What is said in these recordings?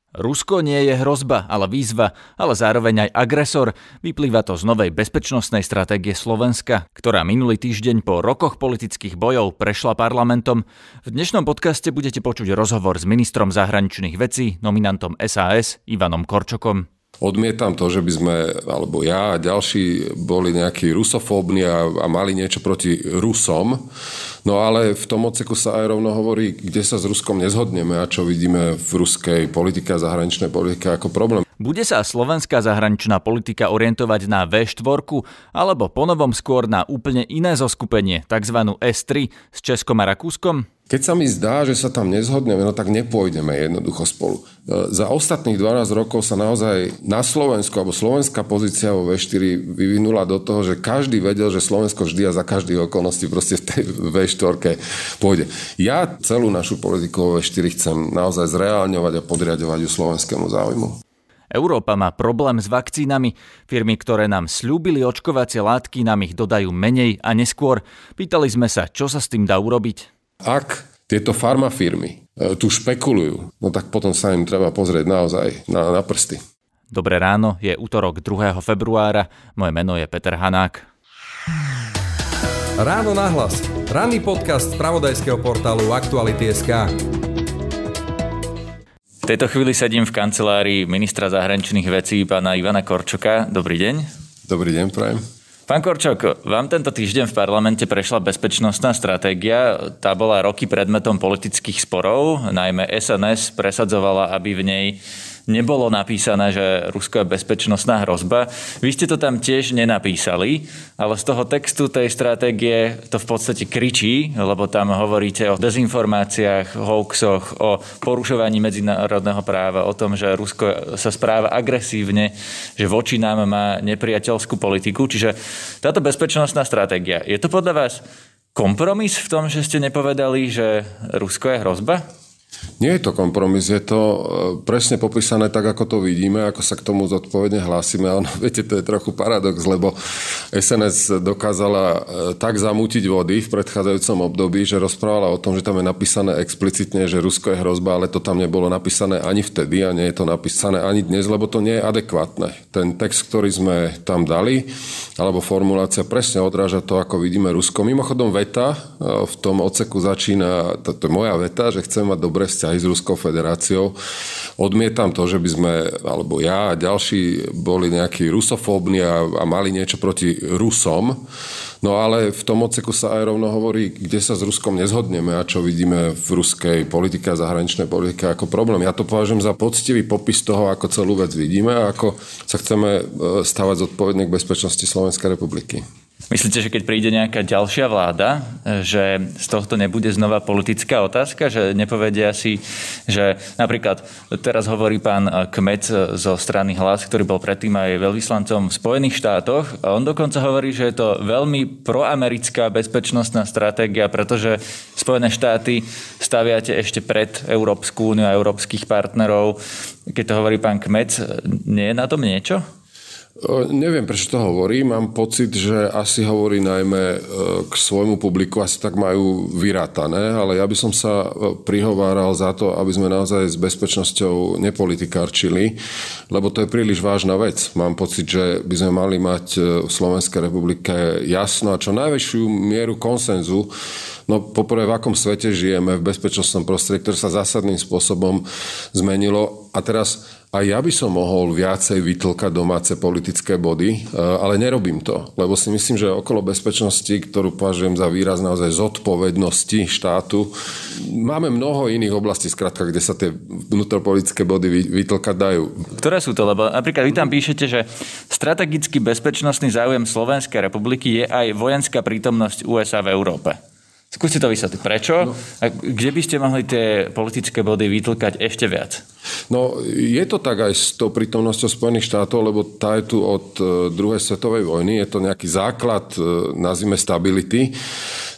Rusko nie je hrozba, ale výzva, ale zároveň aj agresor. Vyplýva to z novej bezpečnostnej stratégie Slovenska, ktorá minulý týždeň po rokoch politických bojov prešla parlamentom. V dnešnom podcaste budete počuť rozhovor s ministrom zahraničných vecí, nominantom SAS Ivanom Korčokom. Odmietam to, že by sme, alebo ja a ďalší boli nejakí rusofóbni a mali niečo proti Rusom. No ale v tom odseku sa aj rovno hovorí, kde sa s Ruskom nezhodneme a čo vidíme v ruskej politike a zahraničnej politike ako problém. Bude sa slovenská zahraničná politika orientovať na V4 alebo ponovom skôr na úplne iné zoskupenie, tzv. S3 s Českom a Rakúskom? Keď sa mi zdá, že sa tam nezhodneme, no tak nepôjdeme jednoducho spolu. Za ostatných 12 rokov sa naozaj na Slovensku, alebo slovenská pozícia vo V4 vyvinula do toho, že každý vedel, že Slovensko vždy a za každých okolností proste v tej V4 pôjde. Ja celú našu politiku vo V4 chcem naozaj zreálňovať a podriadovať ju slovenskému záujmu. Európa má problém s vakcínami. Firmy, ktoré nám sľúbili očkovacie látky, nám ich dodajú menej a neskôr. Pýtali sme sa, čo sa s tým dá urobiť. Ak tieto farmafirmy tu špekulujú, no tak potom sa im treba pozrieť naozaj na prsty. Dobré ráno, je utorok 2. februára. Moje meno je Peter Hanák. Ráno nahlas. Ranný podcast z spravodajského portálu Aktuality.sk. V tejto chvíli sedím v kancelárii ministra zahraničných vecí pána Ivana Korčoka. Dobrý deň. Dobrý deň, prajem. Pán Korčok, vám tento týždeň v parlamente prešla bezpečnostná stratégia. Tá bola roky predmetom politických sporov. Najmä SNS presadzovala, aby v nej nebolo napísané, že Rusko je bezpečnostná hrozba. Vy ste to tam tiež nenapísali, ale z toho textu tej stratégie to v podstate kričí, lebo tam hovoríte o dezinformáciách, hoaxoch, o porušovaní medzinárodného práva, o tom, že Rusko sa správa agresívne, že voči nám má nepriateľskú politiku. Čiže táto bezpečnostná stratégia, je to podľa vás kompromis v tom, že ste nepovedali, že Rusko je hrozba? Nie je to kompromis, je to presne popísané tak, ako to vidíme, ako sa k tomu zodpovedne hlásime, ale viete, to je trochu paradox, lebo SNS dokázala tak zamútiť vody v predchádzajúcom období, že rozprávala o tom, že tam je napísané explicitne, že Rusko je hrozba, ale to tam nebolo napísané ani vtedy a nie je to napísané ani dnes, lebo to nie je adekvátne. Ten text, ktorý sme tam dali, alebo formulácia presne odráža to, ako vidíme Rusko. Mimochodom veta v tom odseku začína, to je moja veta, že chcem mať dobré vzťahy s Ruskou federáciou. Odmietam to, že by sme, alebo ja a ďalší boli nejakí rusofóbni a mali niečo proti Rusom. No ale v tom odseku sa aj rovno hovorí, kde sa s Ruskom nezhodneme a čo vidíme v ruskej politike a zahraničnej politike ako problém. Ja to považujem za poctivý popis toho, ako celú vec vidíme a ako sa chceme stavať zodpovedne k bezpečnosti Slovenskej republiky. Myslíte, že keď príde nejaká ďalšia vláda, že z tohto nebude znova politická otázka, že nepovedia si, že napríklad teraz hovorí pán Kmet zo strany Hlas, ktorý bol predtým aj veľvyslancom v Spojených štátoch a on dokonca hovorí, že je to veľmi proamerická bezpečnostná stratégia, pretože Spojené štáty staviate ešte pred Európsku úniu a európskych partnerov. Keď to hovorí pán Kmet, nie je na tom niečo? Neviem, prečo to hovorí. Mám pocit, že asi hovorí najmä k svojmu publiku, asi tak majú vyrátané, ale ja by som sa prihováral za to, aby sme naozaj s bezpečnosťou nepolitikárčili, lebo to je príliš vážna vec. Mám pocit, že by sme mali mať v Slovenskej republike jasno a čo najväčšiu mieru konsenzu. No poprvé, v akom svete žijeme, v bezpečnostnom prostredí, ktoré sa zásadným spôsobom zmenilo. A teraz aj ja by som mohol viacej vytlkať domáce politické body, ale nerobím to, lebo si myslím, že okolo bezpečnosti, ktorú považujem za výraz naozaj zodpovednosti štátu, máme mnoho iných oblastí, skrátka, kde sa tie vnútropolitické body vytlkať dajú. Ktoré sú to? Lebo napríklad vy tam píšete, že strategický bezpečnostný záujem Slovenskej republiky je aj vojenská prítomnosť USA v Európe. Skúste to vysvetliť. Prečo? A kde by ste mohli tie politické body vytlkať ešte viac? No, je to tak aj s tou prítomnosťou Spojených štátov, lebo tá je tu od druhej svetovej vojny. Je to nejaký základ, nazvime stability.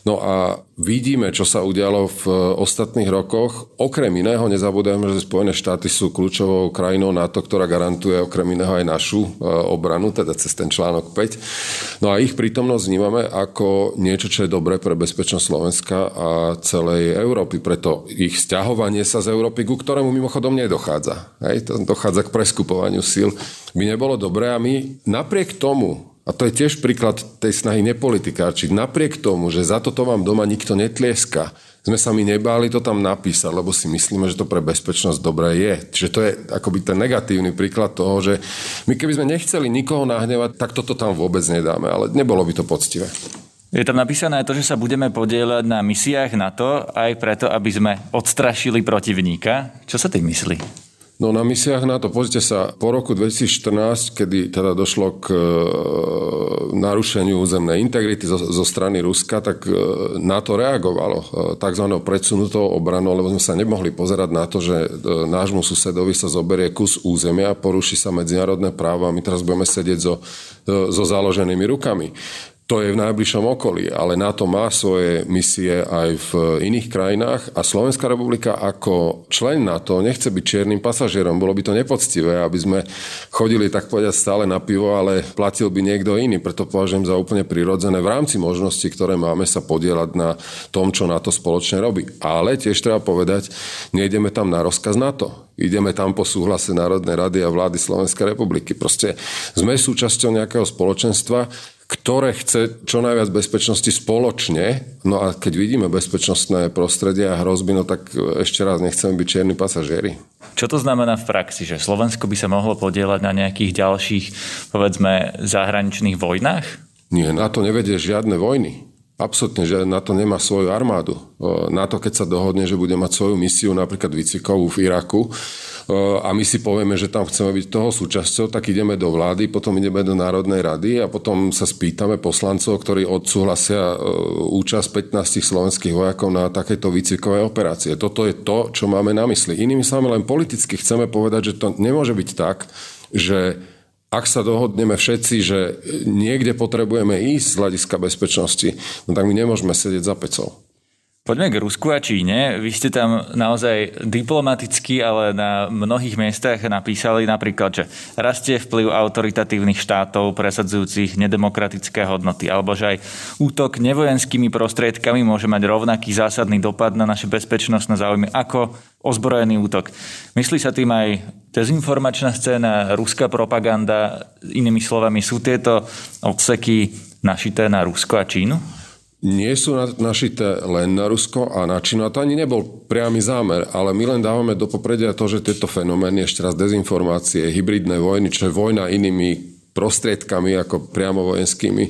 No a vidíme, čo sa udialo v ostatných rokoch. Okrem iného nezabudujeme, že Spojené štáty sú kľúčovou krajinou NATO, ktorá garantuje okrem iného aj našu obranu, teda cez ten článok 5. No a ich prítomnosť vnímame ako niečo, čo je dobré pre bezpečnosť Slovenska a celej Európy. Preto ich sťahovanie sa z Európy, ku ktorému mimochodom nedochádza. Dochádza k preskupovaniu síl. By nebolo dobré a my napriek tomu, a to je tiež príklad tej snahy nepolitikáčiť, napriek tomu, že za toto vám doma nikto netlieska, sme sa mi nebáli to tam napísať, lebo si myslíme, že to pre bezpečnosť dobré je. Čiže to je akoby ten negatívny príklad toho, že my keby sme nechceli nikoho nahnevať, tak toto tam vôbec nedáme, ale nebolo by to poctivé. Je tam napísané to, že sa budeme podieľať na misiách NATO aj preto, aby sme odstrašili protivníka. Čo sa tým myslí? No na misiách NATO, pozrite sa, po roku 2014, kedy teda došlo k narušeniu územnej integrity zo strany Ruska, tak NATO reagovalo takzvanou predsunutou obranou, lebo sme sa nemohli pozerať na to, že nášmu susedovi sa zoberie kus územia a poruší sa medzinárodné právo a my teraz budeme sedieť so založenými rukami. To je v najbližšom okolí, ale NATO má svoje misie aj v iných krajinách a Slovenská republika ako člen NATO nechce byť čiernym pasažierom. Bolo by to nepoctivé, aby sme chodili tak povedať stále na pivo, ale platil by niekto iný. Preto považujem za úplne prirodzené v rámci možností, ktoré máme, sa podieľať na tom, čo NATO spoločne robí. Ale tiež treba povedať, nejdeme tam na rozkaz NATO. Ideme tam po súhlase Národnej rady a vlády Slovenskej republiky. Proste sme súčasťou nejakého spoločenstva, ktoré chce čo najviac bezpečnosti spoločne. No a keď vidíme bezpečnostné prostredie a hrozby, no tak ešte raz nechceme byť čierni pasažieri. Čo to znamená v praxi? Že Slovensko by sa mohlo podieľať na nejakých ďalších, povedzme, zahraničných vojnách? Nie, NATO nevedie žiadne vojny. Absolútne, že NATO nemá svoju armádu. NATO, keď sa dohodne, že bude mať svoju misiu, napríklad výcvikovú v Iraku, a my si povieme, že tam chceme byť toho súčasťou, tak ideme do vlády, potom ideme do Národnej rady a potom sa spýtame poslancov, ktorí odsúhlasia účasť 15 slovenských vojakov na takejto výcvikovej operácie. Toto je to, čo máme na mysli. Inými slovami, len politicky chceme povedať, že to nemôže byť tak, že ak sa dohodneme všetci, že niekde potrebujeme ísť z hľadiska bezpečnosti, no tak my nemôžeme sedieť za pecou. Poďme k Rusku a Číne. Vy ste tam naozaj diplomaticky, ale na mnohých miestach napísali napríklad, že rastie vplyv autoritatívnych štátov presadzujúcich nedemokratické hodnoty, alebo že aj útok nevojenskými prostriedkami môže mať rovnaký zásadný dopad na naše bezpečnostné záujmy ako ozbrojený útok. Myslí sa tým aj dezinformačná scéna, ruská propaganda, inými slovami, sú tieto odseky našité na Rusko a Čínu? Nie sú našité len na Rusko a na Čínu. A to ani nebol priamy zámer, ale my len dávame do popredia to, že tieto fenomény, ešte raz dezinformácie, hybridné vojny, čo je vojna inými prostriedkami ako priamo vojenskými,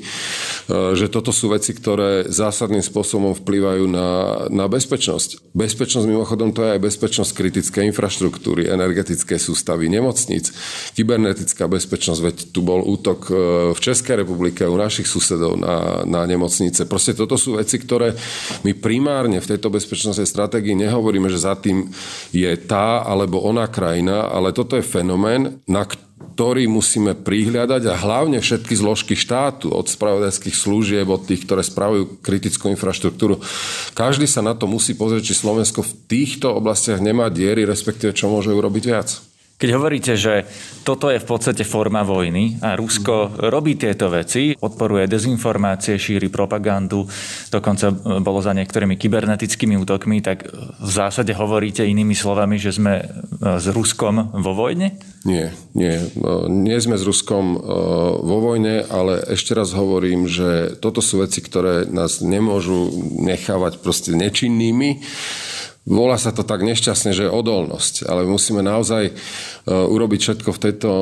že toto sú veci, ktoré zásadným spôsobom vplývajú na bezpečnosť. Bezpečnosť mimochodom to je aj bezpečnosť kritickej infraštruktúry, energetické sústavy, nemocníc, kybernetická bezpečnosť, veď tu bol útok v Českej republike u našich susedov na nemocnice. Proste toto sú veci, ktoré my primárne v tejto bezpečnostnej stratégii nehovoríme, že za tým je tá alebo ona krajina, ale toto je fenomén, na ktorý musíme prihľadať a hlavne všetky zložky štátu, od spravodajských služieb, od tých, ktoré spravujú kritickú infraštruktúru. Každý sa na to musí pozrieť, či Slovensko v týchto oblastiach nemá diery, respektíve čo môže urobiť viac. Keď hovoríte, že toto je v podstate forma vojny a Rusko robí tieto veci, podporuje dezinformácie, šíri propagandu, dokonca bolo za niektorými kybernetickými útokmi, tak v zásade hovoríte inými slovami, že sme s Ruskom vo vojne? Nie. Nie sme s Ruskom vo vojne, ale ešte raz hovorím, že toto sú veci, ktoré nás nemôžu nechávať proste nečinnými. Volá sa to tak nešťastne, že je odolnosť, ale musíme naozaj urobiť všetko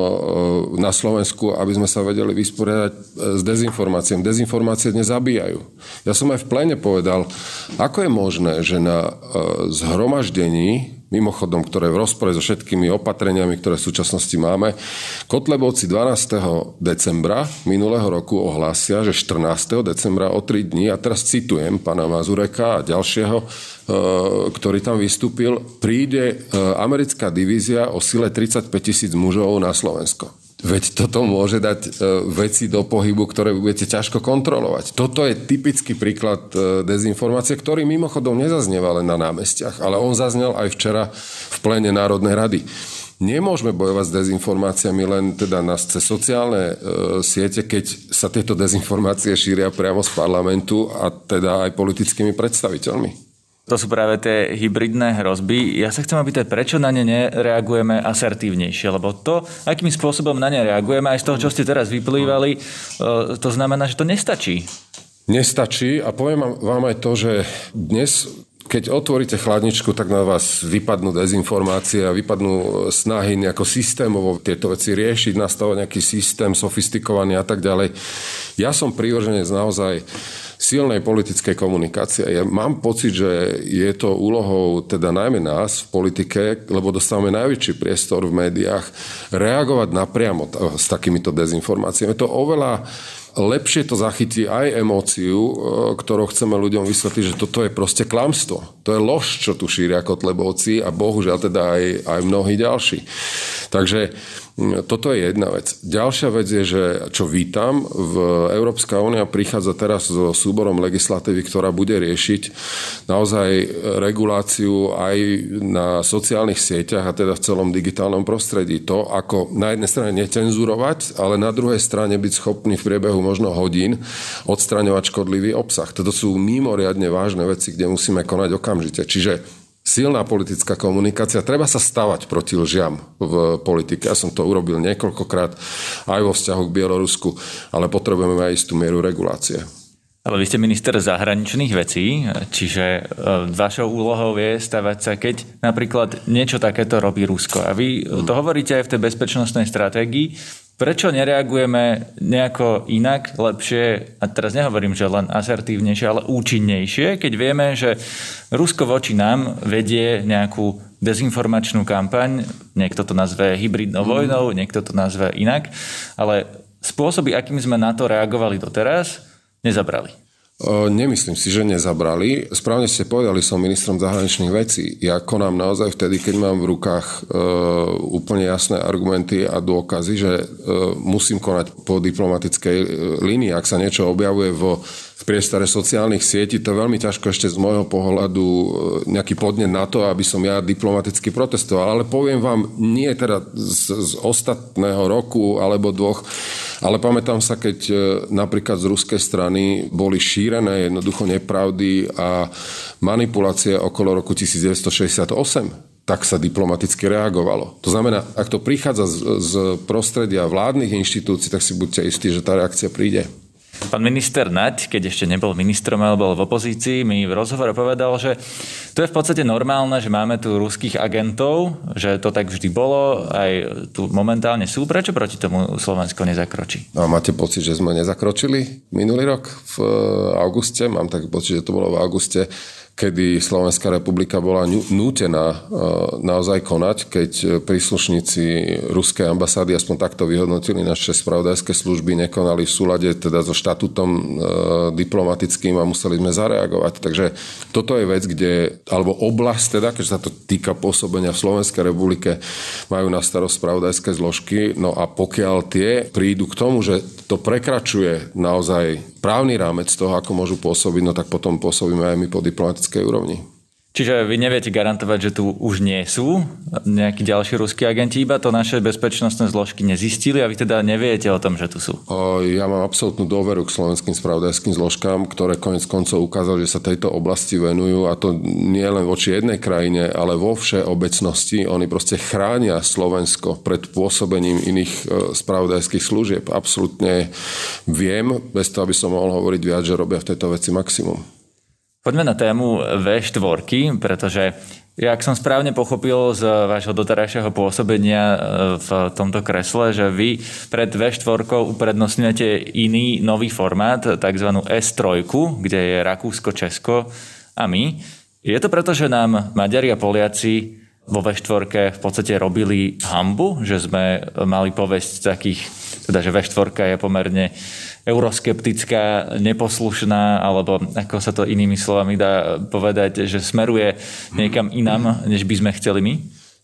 na Slovensku, aby sme sa vedeli vysporiadať s dezinformáciami. Dezinformácie dnes zabíjajú. Ja som aj v pléne povedal, ako je možné, že na zhromaždení, mimochodom, ktoré je v rozpore so všetkými opatreniami, ktoré v súčasnosti máme, Kotlebovci 12. decembra minulého roku ohlásia, že 14. decembra o 3 dní, a teraz citujem pána Mazureka a ďalšieho, ktorý tam vystúpil, príde americká divízia o sile 35 000 mužov na Slovensko. Veď toto môže dať veci do pohybu, ktoré budete ťažko kontrolovať. Toto je typický príklad dezinformácie, ktorý mimochodom nezaznieva len na námestiach, ale on zaznel aj včera v pléne Národnej rady. Nemôžeme bojovať s dezinformáciami len teda cez sociálne siete, keď sa tieto dezinformácie šíria priamo z parlamentu a teda aj politickými predstaviteľmi. To sú práve tie hybridné hrozby. Ja sa chcem opýtať, prečo na ne nereagujeme asertívnejšie? Lebo to, akým spôsobom na ne reagujeme, aj z toho, čo ste teraz vyplývali, to znamená, že to nestačí. Nestačí a poviem vám aj to, že dnes, keď otvoríte chladničku, tak na vás vypadnú dezinformácie a vypadnú snahy nejako systémovo tieto veci riešiť, nastavať nejaký systém sofistikovaný a tak ďalej. Ja som prívrženec naozaj silnej politickej komunikácie. Ja mám pocit, že je to úlohou teda najmä nás v politike, lebo dostávame najväčší priestor v médiách, reagovať napriamo s takýmito dezinformáciami. To oveľa lepšie to zachytí aj emóciu, ktorou chceme ľuďom vysvetliť, že toto je proste klamstvo. To je lož, čo tu šíria Kotlebovci a bohužiaľ teda aj mnohí ďalší. Takže toto je jedna vec. Ďalšia vec je, že čo vítam, Európska únia prichádza teraz so súborom legislatívy, ktorá bude riešiť naozaj reguláciu aj na sociálnych sieťach a teda v celom digitálnom prostredí. To, ako na jednej strane necenzurovať, ale na druhej strane byť schopný v priebehu možno hodín odstraňovať škodlivý obsah. Toto sú mimoriadne vážne veci, kde musíme konať okamžite. Čiže silná politická komunikácia. Treba sa stavať proti lžiam v politike. Ja som to urobil niekoľkokrát aj vo vzťahu k Bielorusku, ale potrebujeme aj istú mieru regulácie. Ale vy ste minister zahraničných vecí, čiže vašou úlohou je stavať sa, keď napríklad niečo takéto robí Rusko. A vy to hovoríte aj v tej bezpečnostnej stratégii. Prečo nereagujeme nejako inak, lepšie, a teraz nehovorím, že len asertívnejšie, ale účinnejšie, keď vieme, že Rusko voči nám vedie nejakú dezinformačnú kampaň, niekto to nazve hybridnou vojnou, niekto to nazve inak, ale spôsoby, akým sme na to reagovali doteraz, nezabrali. Nemyslím si, že nezabrali. Správne ste povedali, som ministrom zahraničných vecí. Ja konám naozaj vtedy, keď mám v rukách úplne jasné argumenty a dôkazy, že musím konať po diplomatickej línii. Ak sa niečo objavuje v priestore sociálnych sietí, to je veľmi ťažko ešte z môjho pohľadu nejaký podnet na to, aby som ja diplomaticky protestoval. Ale poviem vám, nie teda z ostatného roku alebo dvoch, ale pamätám sa, keď napríklad z ruskej strany boli šírené jednoducho nepravdy a manipulácie okolo roku 1968, tak sa diplomaticky reagovalo. To znamená, ak to prichádza z prostredia vládnych inštitúcií, tak si buďte istí, že tá reakcia príde. Pán minister Naď, keď ešte nebol ministrom, ale bol v opozícii, mi v rozhovore povedal, že to je v podstate normálne, že máme tu ruských agentov, že to tak vždy bolo, aj tu momentálne sú. Prečo proti tomu Slovensko nezakročí? A máte pocit, že sme nezakročili minulý rok v auguste? Mám taký pocit, že to bolo v auguste, kedy Slovenská republika bola nútená naozaj konať, keď príslušníci ruskej ambasády aspoň takto vyhodnotili naše spravodajské služby, nekonali v súlade teda so štatútom diplomatickým a museli sme zareagovať. Takže toto je vec, kde, alebo oblasť teda, keďže sa to týka pôsobenia v Slovenskej republike, majú na starosť spravodajské zložky. No a pokiaľ tie prídu k tomu, že to prekračuje naozaj právny rámec toho, ako môžu pôsobiť, no tak potom pôsobíme aj my po diplomatickej úrovni. Čiže vy neviete garantovať, že tu už nie sú nejakí ďalší ruskí agenti, iba to naše bezpečnostné zložky nezistili a vy teda neviete o tom, že tu sú? Ja mám absolútnu dôveru k slovenským spravodajským zložkám, ktoré koniec koncov ukázali, že sa tejto oblasti venujú, a to nie len voči jednej krajine, ale vo všeobecnosti. Oni proste chránia Slovensko pred pôsobením iných spravodajských služieb. Absolútne viem, bez toho, aby som mohol hovoriť viac, že robia v tejto veci maximum. Poďme na tému V4, pretože ak som správne pochopil z vášho doterajšieho pôsobenia v tomto kresle, že vy pred V4 uprednostňujete iný nový formát, takzvanú S3, kde je Rakúsko, Česko a my. Je to preto, že nám Maďari a Poliaci vo V4 v podstate robili hanbu, že sme mali povesť takých, teda že V4 je pomerne euroskeptická, neposlušná, alebo ako sa to inými slovami dá povedať, že smeruje niekam inám, než by sme chceli my?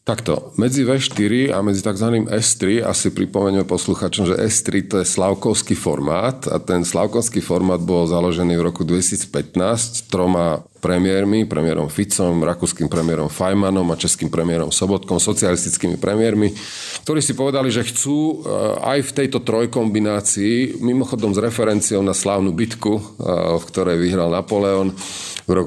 Takto, medzi V4 a medzi tzv. S3 asi pripomeňme posluchačom, že S3 to je slavkovský formát a ten slavkovský formát bol založený v roku 2015 troma premiérom Ficom, rakúskym premiérom Fajmanom a českým premiérom Sobotkom, socialistickými premiérmi, ktorí si povedali, že chcú aj v tejto trojkombinácii, mimochodom s referenciou na slávnu bitku, v ktorej vyhral Napoleon v roku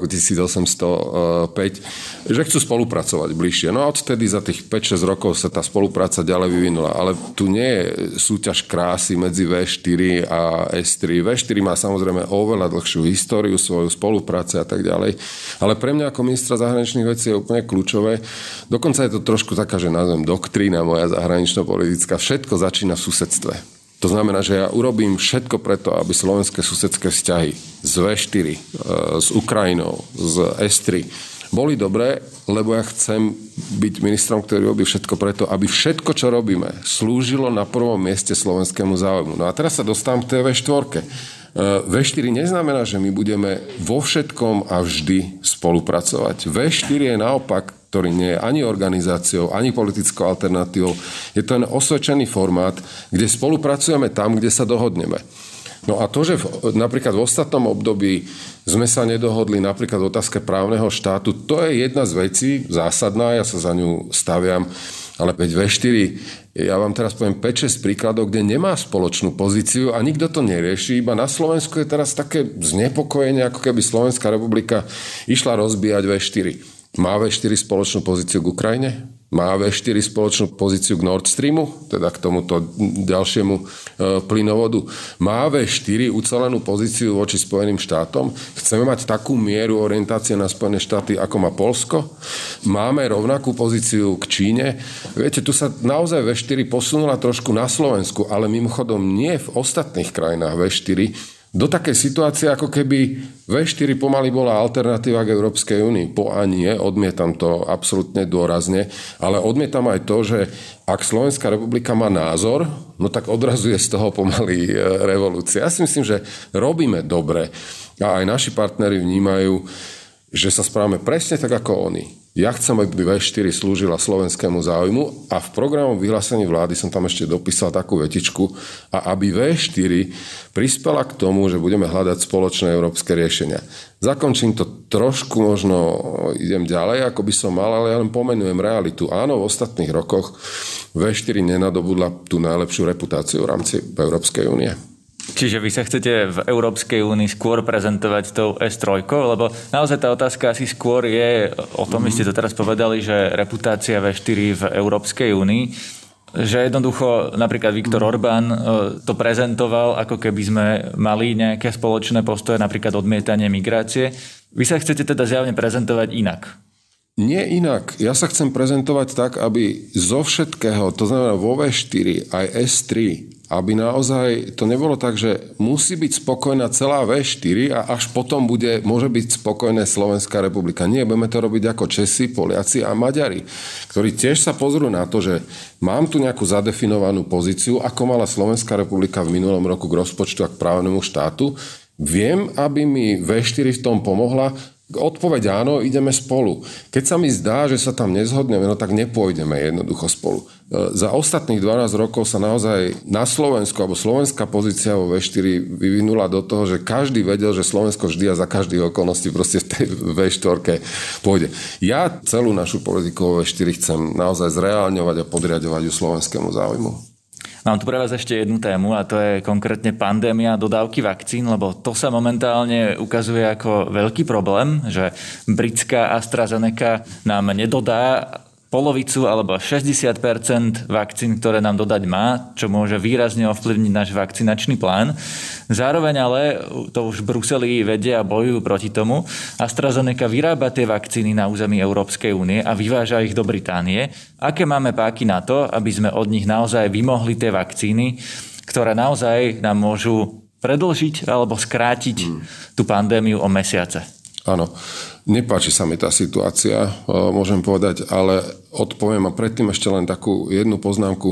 1805, že chcú spolupracovať bližšie. No a odtedy za tých 5-6 rokov sa tá spolupráca ďalej vyvinula. Ale tu nie je súťaž krásy medzi V4 a S3. V4 má samozrejme oveľa dlhšiu históriu svoju spolupráce a tak ďalej. Ale pre mňa ako ministra zahraničných vecí je úplne kľúčové. Dokonca je to trošku taká, že nazvem doktrína moja zahranično-politická. Všetko začína v susedstve. To znamená, že ja urobím všetko preto, aby slovenské susedské vzťahy z V4, s Ukrajinou, z S3 boli dobré, lebo ja chcem byť ministrom, ktorý robí všetko preto, aby všetko, čo robíme, slúžilo na prvom mieste slovenskému záujmu. No a teraz sa dostávam k tej V4. V4 neznamená, že my budeme vo všetkom a vždy spolupracovať. V4 je naopak, ktorý nie je ani organizáciou, ani politickou alternatívou. Je to len osvedčený formát, kde spolupracujeme tam, kde sa dohodneme. No a to, že napríklad v ostatnom období sme sa nedohodli napríklad v otázke právneho štátu, to je jedna z vecí zásadná, ja sa za ňu staviam, ale veď V4, ja vám teraz poviem 5-6 príkladov, kde nemá spoločnú pozíciu a nikto to nerieši, iba na Slovensku je teraz také znepokojenie, ako keby Slovenská republika išla rozbíjať V4. Má V4 spoločnú pozíciu k Ukrajine? Má V4 spoločnú pozíciu k Nord Streamu, teda k tomuto ďalšiemu plynovodu? Má V4 ucelenú pozíciu voči Spojeným štátom? Chceme mať takú mieru orientácie na Spojené štáty, ako má Poľsko? Máme rovnakú pozíciu k Číne? Viete, tu sa naozaj V4 posunula trošku na Slovensku, ale mimochodom nie v ostatných krajinách V4, do takej situácie, ako keby V4 pomaly bola alternatíva k Európskej únii. Nie, odmietam to absolútne dôrazne, ale odmietam aj to, že ak Slovenská republika má názor, no tak odrazuje z toho pomaly revolúcia. Ja si myslím, že robíme dobre a aj naši partneri vnímajú, že sa správame presne tak ako oni. Ja chcem, aby V4 slúžila slovenskému záujmu a v programom vyhlásení vlády som tam ešte dopísal takú vetičku a aby V4 prispela k tomu, že budeme hľadať spoločné európske riešenia. Zakončím to trošku, možno idem ďalej, ako by som mal, ale ja len pomenujem realitu. Áno, v ostatných rokoch V4 nenadobudla tú najlepšiu reputáciu v rámci Európskej únie. Čiže vy sa chcete v Európskej únii skôr prezentovať tou S3, lebo naozaj tá otázka asi skôr je, o tom vy ste to teraz povedali, že reputácia V4 v Európskej únii, že jednoducho napríklad Viktor Orbán to prezentoval, ako keby sme mali nejaké spoločné postoje, napríklad odmietanie migrácie. Vy sa chcete teda zjavne prezentovať inak. Nie inak. Ja sa chcem prezentovať tak, aby zo všetkého, to znamená vo V4 aj S3, aby naozaj to nebolo tak, že musí byť spokojná celá V4 a až potom môže byť spokojná Slovenská republika. Nie, budeme to robiť ako Česi, Poliaci a Maďari, ktorí tiež sa pozrú na to, že mám tu nejakú zadefinovanú pozíciu, ako mala Slovenská republika v minulom roku k rozpočtu a k právnemu štátu. Viem, aby mi V4 v tom pomohla. Odpoveď áno, ideme spolu. Keď sa mi zdá, že sa tam nezhodneme, no tak nepôjdeme jednoducho spolu. Za ostatných 12 rokov sa naozaj na Slovensku, alebo slovenská pozícia vo V4 vyvinula do toho, že každý vedel, že Slovensko vždy a za každých okolností proste v tej V4 pôjde. Ja celú našu politiku vo V4 chcem naozaj zreálňovať a podriadovať ju slovenskému záujmu. Mám tu pre vás ešte jednu tému a to je konkrétne pandémia dodávky vakcín, lebo to sa momentálne ukazuje ako veľký problém, že britská AstraZeneca nám nedodá polovicu alebo 60% vakcín, ktoré nám dodať má, čo môže výrazne ovplyvniť náš vakcinačný plán. Zároveň ale, to už v Bruseli vedia a bojujú proti tomu, AstraZeneca vyrába tie vakcíny na území Európskej únie a vyváža ich do Británie. Aké máme páky na to, aby sme od nich naozaj vymohli tie vakcíny, ktoré naozaj nám môžu predĺžiť alebo skrátiť tú pandémiu o mesiace? Áno, nepáči sa mi tá situácia, môžem povedať, ale odpoviem a predtým ešte len takú jednu poznámku.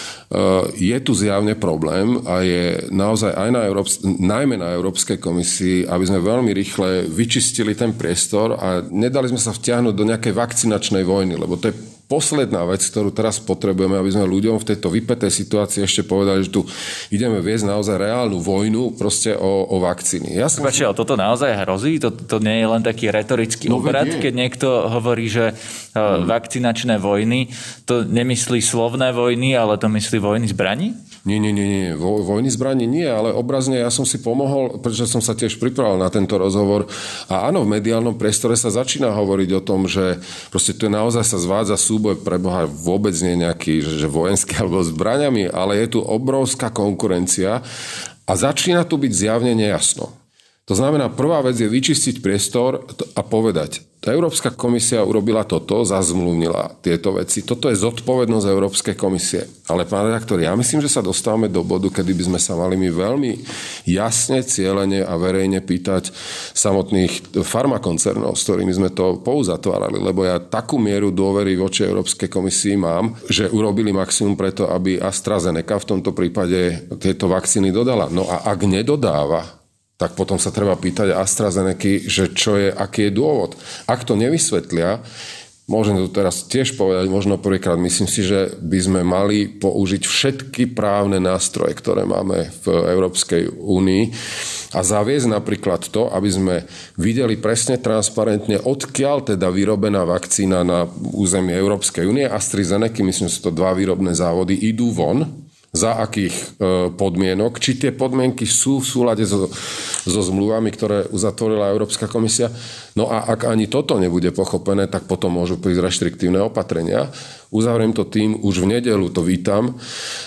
Je tu zjavne problém a je naozaj aj najmä na Európskej komisii, aby sme veľmi rýchle vyčistili ten priestor a nedali sme sa vtiahnuť do nejakej vakcinačnej vojny, lebo to je posledná vec, ktorú teraz potrebujeme, aby sme ľuďom v tejto vypätej situácii ešte povedali, že tu ideme viesť naozaj reálnu vojnu proste o vakcíny. Ale toto naozaj hrozí? To nie je len taký retorický obrad, keď niekto hovorí, že vakcinačné vojny, to nemyslí slovné vojny, ale to myslí vojny zbraní? Nie. Vojny zbraní nie, ale obrazne ja som si pomohol, pretože som sa tiež pripravil na tento rozhovor. A áno, v mediálnom priestore sa začína hovoriť o tom, že proste tu naozaj sa zvádza súboj, preboha vôbec nie nejaký, že vojenský alebo zbraňami, ale je tu obrovská konkurencia a začína tu byť zjavne nejasno. To znamená, prvá vec je vyčistiť priestor a povedať, tá Európska komisia urobila toto, zazmluvnila tieto veci. Toto je zodpovednosť Európskej komisie. Ale pán redaktor, ja myslím, že sa dostávame do bodu, kedy by sme sa mali my veľmi jasne, cielene a verejne pýtať samotných farmakoncernov, s ktorými sme to pouzatvárali, lebo ja takú mieru dôvery voči Európskej komisii mám, že urobili maximum preto, aby AstraZeneca v tomto prípade tieto vakcíny dodala. No a ak nedodáva, tak potom sa treba pýtať AstraZeneca, že čo je, aký je dôvod. Ak to nevysvetlia, môžem to teraz tiež povedať, možno prvýkrát, myslím si, že by sme mali použiť všetky právne nástroje, ktoré máme v Európskej únii a zaviesť napríklad to, aby sme videli presne transparentne, odkiaľ teda vyrobená vakcína na území Európskej únie. AstraZeneca, myslím, že sú to 2 výrobné závody, idú von, za akých podmienok, či tie podmienky sú v súlade so zmluvami, ktoré uzatvorila Európska komisia. No a ak ani toto nebude pochopené, tak potom môžu prísť reštriktívne opatrenia. Uzavriem to tým, už v nedeľu to vítam.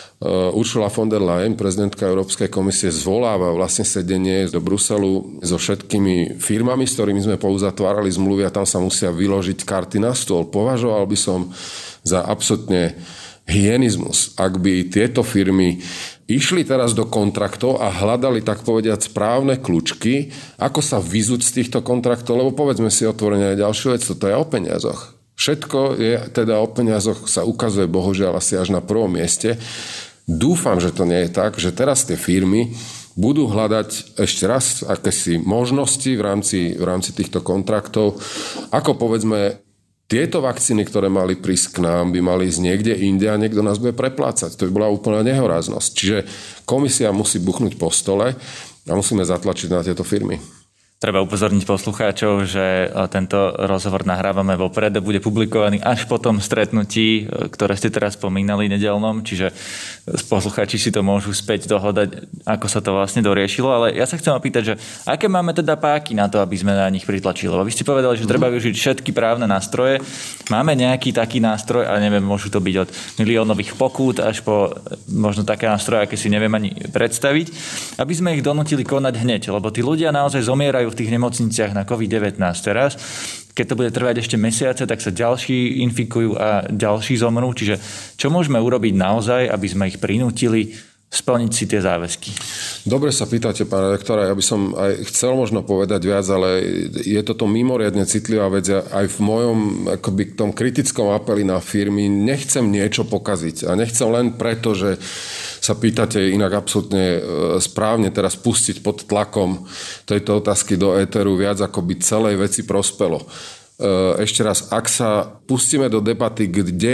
Ursula von der Leyen, prezidentka Európskej komisie, zvoláva vlastne sedenie do Bruselu so všetkými firmami, s ktorými sme pouzatvárali zmluvy a tam sa musia vyložiť karty na stôl. Považoval by som za absolútne hyenizmus, ak by tieto firmy išli teraz do kontraktov a hľadali, tak povediať, správne kľúčky, ako sa vyzuť z týchto kontraktov, lebo povedzme si otvorene aj ďalšiu vec, to je o peniazoch. Všetko je teda o peniazoch, sa ukazuje bohužiaľ asi až na prvom mieste. Dúfam, že to nie je tak, že teraz tie firmy budú hľadať ešte raz akési možnosti v rámci týchto kontraktov, ako povedzme tieto vakcíny, ktoré mali prísť k nám, by mali ísť niekde inde a niekto nás bude preplácať. To by bola úplná nehoráznosť. Čiže komisia musí buchnúť po stole a musíme zatlačiť na tieto firmy. Treba upozorniť poslucháčov, že tento rozhovor nahrávame vopred a bude publikovaný až po tom stretnutí, ktoré ste teraz spomínali nedeľnom, čiže poslucháči si to môžu späť dohodať, ako sa to vlastne doriešilo, ale ja sa chcem opýtať, že aké máme teda páky na to, aby sme na nich pritlačili? Lebo vy ste povedali, že treba využiť všetky právne nástroje. Máme nejaký taký nástroj, a neviem, môžu to byť od miliónových pokút až po možno také nástroje, aké si neviem ani predstaviť, aby sme ich donútili konať hneď, lebo tí ľudia naozaj zomierajú v tých nemocniciach na COVID-19 teraz. Keď to bude trvať ešte mesiace, tak sa ďalší infikujú a ďalší zomrú. Čiže čo môžeme urobiť naozaj, aby sme ich prinútili splniť si tie záväzky? Dobre sa pýtate, pán redaktor, ja by som aj chcel možno povedať viac, ale je toto mimoriadne citlivá vec. Ja aj v mojom akoby tom kritickom apeli na firmy nechcem niečo pokaziť. A nechcem len preto, že sa pýtate inak absolútne správne teraz pustiť pod tlakom tejto otázky do éteru viac, ako by celej veci prospelo. Ešte raz, ak sa pustíme do debaty,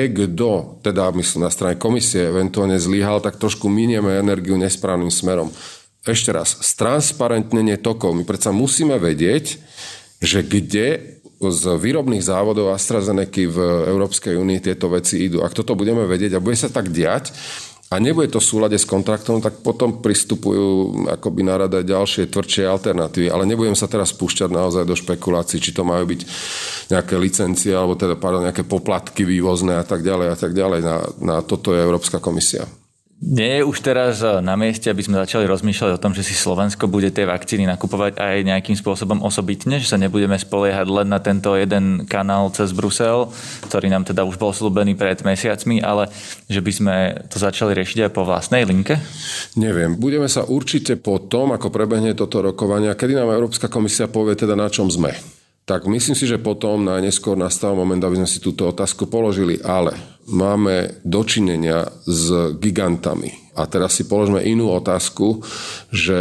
kto, teda myslím na strane komisie, eventuálne zlyhal, tak trošku minieme energiu nesprávnym smerom. Ešte raz, stransparentnenie tokov. My predsa musíme vedieť, že kde z výrobných závodov AstraZeneca v Európskej únii tieto veci idú. Ak toto budeme vedieť a bude sa tak diať, a nebude to v súlade s kontraktom, tak potom pristupujú akoby na rada ďalšie tvrdšie alternatívy. Ale nebudem sa teraz púšťať naozaj do špekulácií, či to majú byť nejaké licencie, alebo teda nejaké poplatky vývozné a tak ďalej. Na toto je Európska komisia. Nie je už teraz na mieste, aby sme začali rozmýšľať o tom, že si Slovensko bude tie vakcíny nakupovať aj nejakým spôsobom osobitne, že sa nebudeme spoliehať len na tento jeden kanál cez Brusel, ktorý nám teda už bol sľúbený pred mesiacmi, ale že by sme to začali riešiť aj po vlastnej linke? Neviem. Budeme sa určite po tom, ako prebehne toto rokovanie, kedy nám Európska komisia povie teda, na čom sme. Tak myslím si, že potom najneskôr nastal moment, aby sme si túto otázku položili. Ale máme dočinenia s gigantami. A teraz si položme inú otázku, že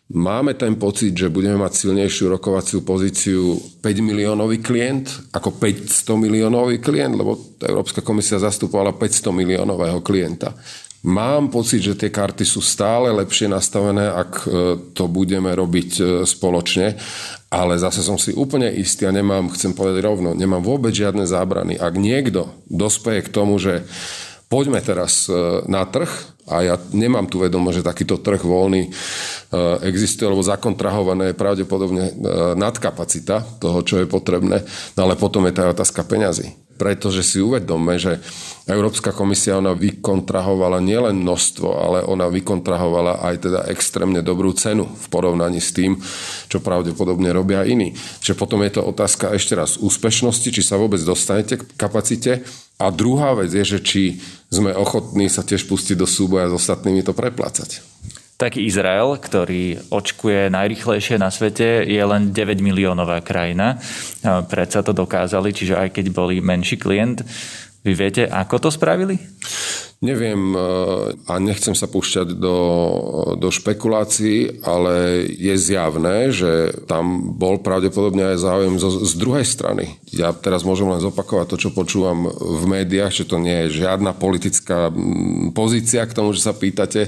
Máme ten pocit, že budeme mať silnejšiu rokovaciu pozíciu 5 miliónový klient ako 500 miliónový klient, lebo Európska komisia zastupovala 500 miliónového klienta. Mám pocit, že tie karty sú stále lepšie nastavené, ak to budeme robiť spoločne, ale zase som si úplne istý a chcem povedať rovno, nemám vôbec žiadne zábrany. Ak niekto dospeje k tomu, že poďme teraz na trh, a ja nemám tu vedomosť, že takýto trh voľný existuje, lebo zakontrahované je pravdepodobne nadkapacita toho, čo je potrebné, no ale potom je tá otázka peňazí. Pretože si uvedomme, že Európska komisia, ona vykontrahovala nielen množstvo, ale ona vykontrahovala aj teda extrémne dobrú cenu v porovnaní s tým, čo pravdepodobne robia iní. Čiže potom je to otázka ešte raz úspešnosti, či sa vôbec dostanete k kapacite. A druhá vec je, že či sme ochotní sa tiež pustiť do súboja s ostatnými to preplácať. Taký Izrael, ktorý očkuje najrýchlejšie na svete, je len 9 miliónová krajina. Predsa to dokázali, čiže aj keď boli menší klient. Vy viete, ako to spravili? Neviem a nechcem sa púšťať do špekulácií, ale je zjavné, že tam bol pravdepodobne aj záujem z druhej strany. Ja teraz môžem len zopakovať to, čo počúvam v médiách, že to nie je žiadna politická pozícia k tomu, že sa pýtate.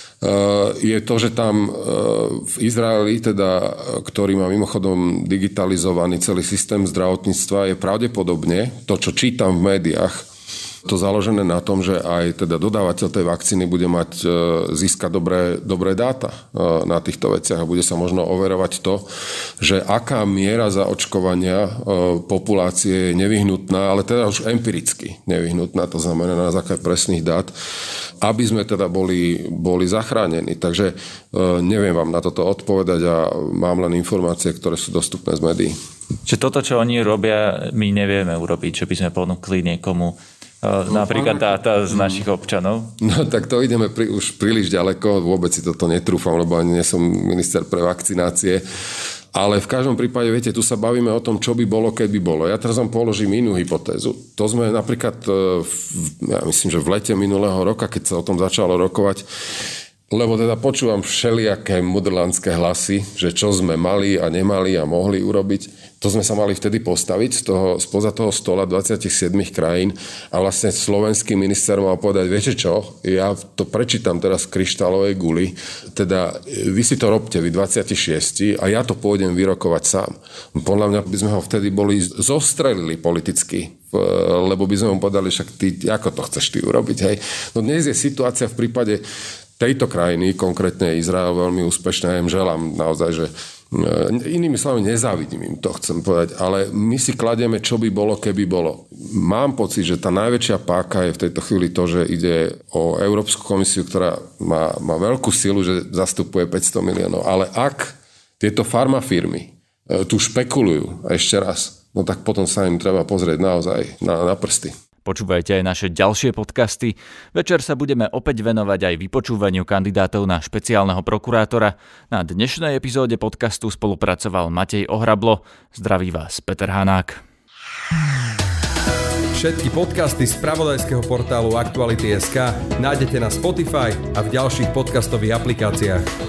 Je to, že tam v Izraeli, teda, ktorý má mimochodom digitalizovaný celý systém zdravotníctva, je pravdepodobne to, čo čítam v médiách, to založené na tom, že aj teda dodávateľ tej vakcíny bude mať získať dobré dáta na týchto veciach a bude sa možno overovať to, že aká miera zaočkovania populácie je nevyhnutná, ale teda už empiricky nevyhnutná, to znamená na základe presných dát, aby sme teda boli zachránení. Takže neviem vám na toto odpovedať a mám len informácie, ktoré sú dostupné z médií. Čiže toto, čo oni robia, my nevieme urobiť, čo by sme ponúkli niekomu, napríklad dáta z našich občanov? No tak to ideme už príliš ďaleko, vôbec si toto netrúfam, lebo ani nie som minister pre vakcinácie. Ale v každom prípade, viete, tu sa bavíme o tom, čo by bolo, keby bolo. Ja teraz vám položím inú hypotézu. To sme napríklad, ja myslím, že v lete minulého roka, keď sa o tom začalo rokovať, lebo teda počúvam všelijaké mudrlandské hlasy, že čo sme mali a nemali a mohli urobiť. To sme sa mali vtedy postaviť spoza toho stola 27 krajín a vlastne slovenský minister mal povedať, viete čo, ja to prečítam teraz v kryštálovej guli, teda vy si to robte, vy 26 a ja to pôjdem vyrokovať sám. Podľa mňa by sme ho vtedy boli zostrelili politicky, lebo by sme mu povedali, však ty, ako to chceš ty urobiť, hej. No dnes je situácia v prípade tejto krajiny, konkrétne Izrael, veľmi úspešná. Ja im želám naozaj, že inými slovami nezávidím im to, chcem povedať, ale my si kladieme, čo by bolo, keby bolo. Mám pocit, že tá najväčšia páka je v tejto chvíli to, že ide o Európsku komisiu, ktorá má veľkú silu, že zastupuje 500 miliónov. Ale ak tieto farmafirmy tu špekulujú, ešte raz, no tak potom sa im treba pozrieť naozaj na prsty. Počúvajte aj naše ďalšie podcasty. Večer sa budeme opäť venovať aj vypočúvaniu kandidátov na špeciálneho prokurátora. Na dnešnej epizóde podcastu spolupracoval Matej Ohrablo. Zdraví vás Peter Hanák. Všetky podcasty z spravodajského portálu Aktuality.sk nájdete na Spotify a v ďalších podcastových aplikáciách.